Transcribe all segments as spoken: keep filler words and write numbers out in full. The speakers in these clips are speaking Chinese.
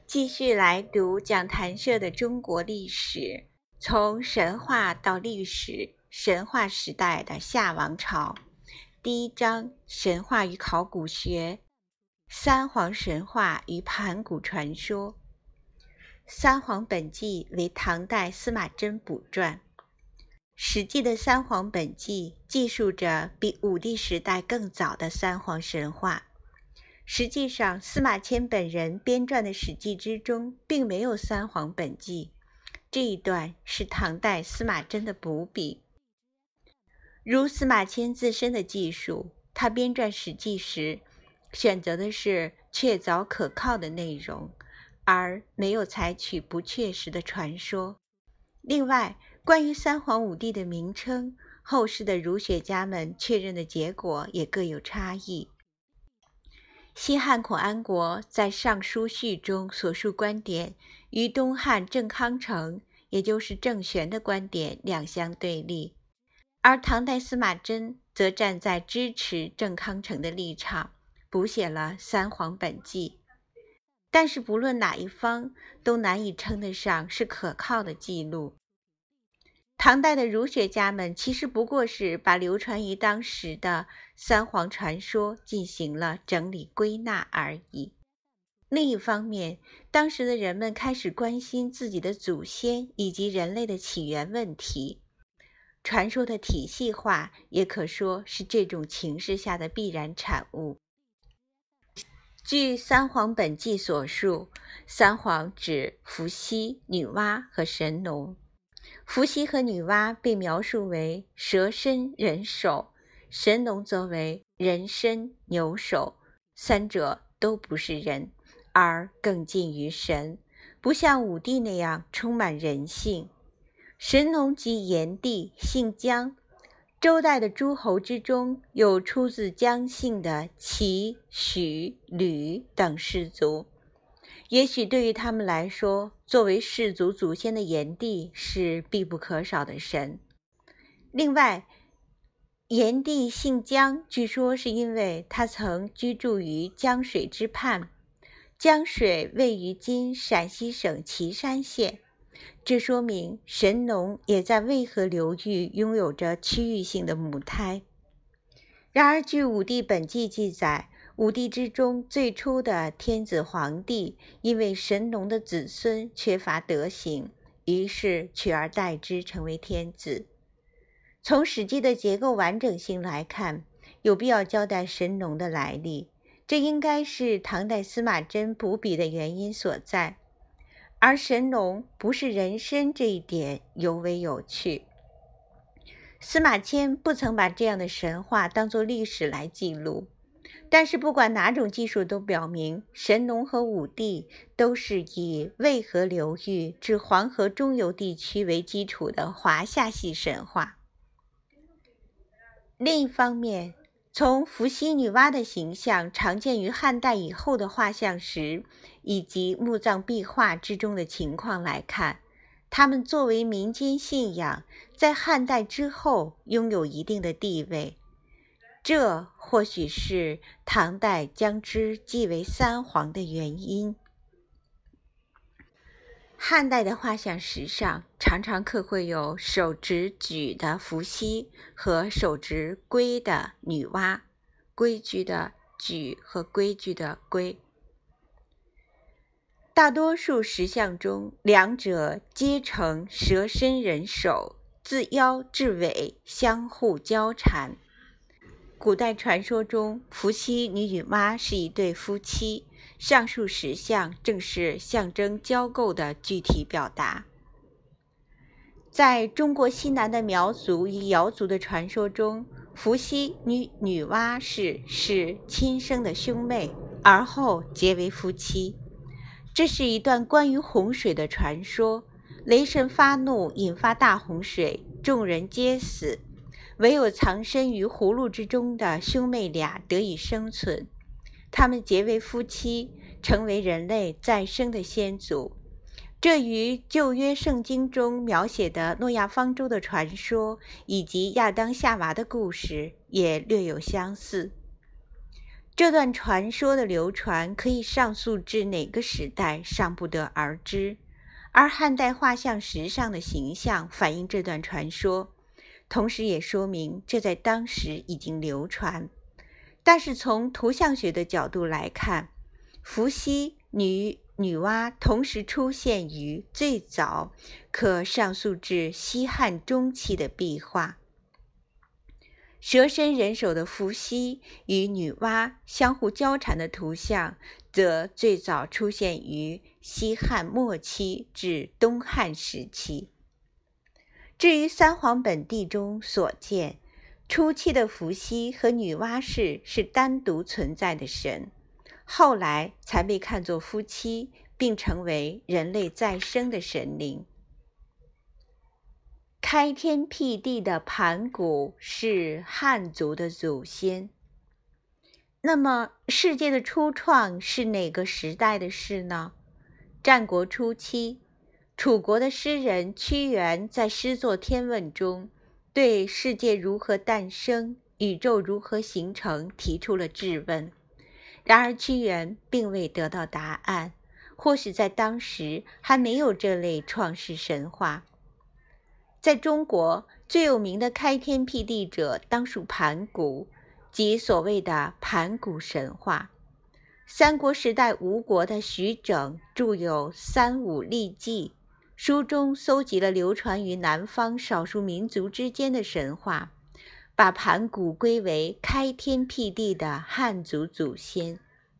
继续来读讲坛社的中国历史，从神话到历史，神话时代的夏王朝。第一章：神话与考古学，三皇神话与盘古传说。三皇本纪为唐代司马真补传。史记的三皇本纪记述着比武帝时代更早的三皇神话。实际上，司马迁本人编撰的史记之中并没有三皇本纪，这一段是唐代司马真的补笔。如司马迁自身的记述，他编撰史记时选择的是确凿可靠的内容，而没有采取不确实的传说。另外，关于三皇五帝的名称，后世的儒学家们确认的结果也各有差异。西汉孔安国在《尚书序》中所述观点与东汉郑康成，也就是郑玄的观点两相对立，而唐代司马真则站在支持郑康成的立场，补写了三皇本纪。但是不论哪一方，都难以称得上是可靠的记录。唐代的儒学家们其实不过是把流传于当时的三皇传说进行了整理归纳而已。另一方面，当时的人们开始关心自己的祖先以及人类的起源问题，传说的体系化也可说是这种情势下的必然产物。据三皇本纪所述，三皇指伏羲、女娲和神农。伏羲和女娲被描述为蛇身人首，神农则为人身牛首，三者都不是人，而更近于神，不像武帝那样充满人性。神农即炎帝，姓姜，周代的诸侯之中有出自姜姓的齐、许、吕等氏族。也许对于他们来说，作为氏族祖先的炎帝是必不可少的神。另外，炎帝姓姜，据说是因为他曾居住于江水之畔，江水位于今陕西省岐山县，这说明神农也在渭河流域拥有着区域性的母胎。然而据武帝本纪记载，五帝之中最初的天子皇帝，因为神农的子孙缺乏德行，于是取而代之成为天子。从史记的结构完整性来看，有必要交代神农的来历，这应该是唐代司马真补笔的原因所在。而神农不是人身这一点尤为有趣。司马迁不曾把这样的神话当作历史来记录，但是不管哪种技术都表明，神农和武帝都是以渭河流域至黄河中游地区为基础的华夏系神话。另一方面，从伏羲、女娲的形象常见于汉代以后的画像石以及墓葬壁画之中的情况来看，他们作为民间信仰，在汉代之后拥有一定的地位。这或许是唐代将之记为三皇的原因。汉代的画像石上常常刻绘有手执举的伏羲和手执圭的女娲，规矩的矩和规矩的规。大多数石像中，两者皆呈蛇身人首，自腰至尾相互交缠。古代传说中，伏羲与女娲是一对夫妻，上述石像正是象征交媾的具体表达。在中国西南的苗族与瑶族的传说中，伏羲与女娲氏是亲生的兄妹，而后结为夫妻。这是一段关于洪水的传说，雷神发怒，引发大洪水，众人皆死，唯有藏身于葫芦之中的兄妹俩得以生存。他们结为夫妻，成为人类再生的先祖。这与旧约圣经中描写的诺亚方舟的传说以及亚当夏娃的故事也略有相似。 这段传说的流传可以上溯至哪个时代尚不得而知，而汉代画像石上的形象反映这段传说，同时也说明这在当时已经流传。但是从图像学的角度来看，伏羲、女女娲同时出现于最早可上溯至西汉中期的壁画。蛇身人首的伏羲与女娲相互交缠的图像，则最早出现于西汉末期至东汉时期。至于三皇本纪中所见，初期的伏羲和女娲氏是单独存在的神，后来才被看作夫妻，并成为人类再生的神灵。开天辟地的盘古是汉族的祖先。那么世界的初创是哪个时代的事呢？战国初期，楚国的诗人屈原在诗作《天问》中，对世界如何诞生、宇宙如何形成提出了质问。然而屈原并未得到答案，或许在当时还没有这类创世神话。在中国，最有名的开天辟地者当属盘古，即所谓的盘古神话。三国时代吴国的徐整著有《三五历记》，书中搜集了流传于南方少数民族之间的神话，把盘古归为开天辟地的汉族祖先。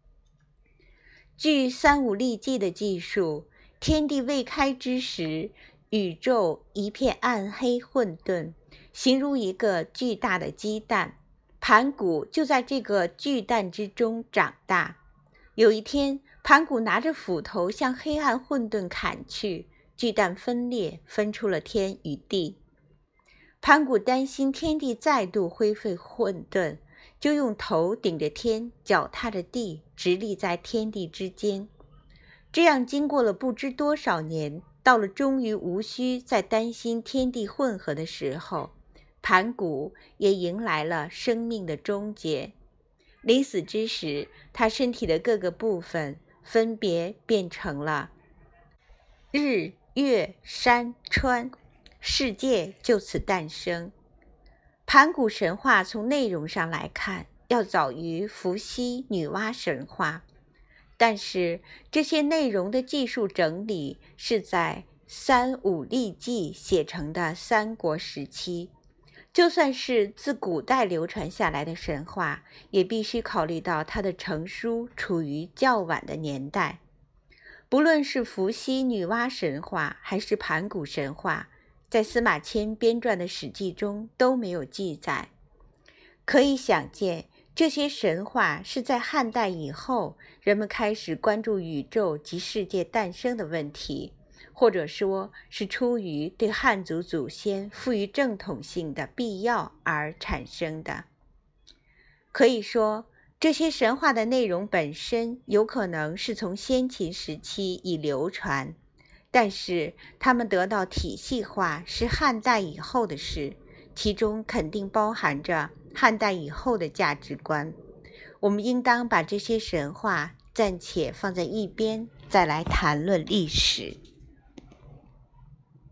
据《三五历记》的记述，天地未开之时，宇宙一片暗黑混沌，形如一个巨大的鸡蛋，盘古就在这个巨蛋之中长大。有一天，盘古拿着斧头向黑暗混沌砍去，巨蛋分裂，分出了天与地。盘古担心天地再度恢复混沌，就用头顶着天，脚踏着地，直立在天地之间。这样经过了不知多少年，到了终于无需再担心天地混合的时候，盘古也迎来了生命的终结。临死之时，他身体的各个部分分别变成了日、月、山、川，世界就此诞生。盘古神话从内容上来看，要早于伏羲、女娲神话。但是这些内容的技术整理是在《三五历记》写成的三国时期，就算是自古代流传下来的神话，也必须考虑到它的成书处于较晚的年代。不论是伏羲、女娲神话还是盘古神话，在司马迁编撰的《史记》中都没有记载。可以想见，这些神话是在汉代以后，人们开始关注宇宙及世界诞生的问题，或者说是出于对汉族祖先赋予正统性的必要而产生的。可以说，这些神话的内容本身有可能是从先秦时期已流传，但是它们得到体系化是汉代以后的事，其中肯定包含着汉代以后的价值观。我们应当把这些神话暂且放在一边，再来谈论历史。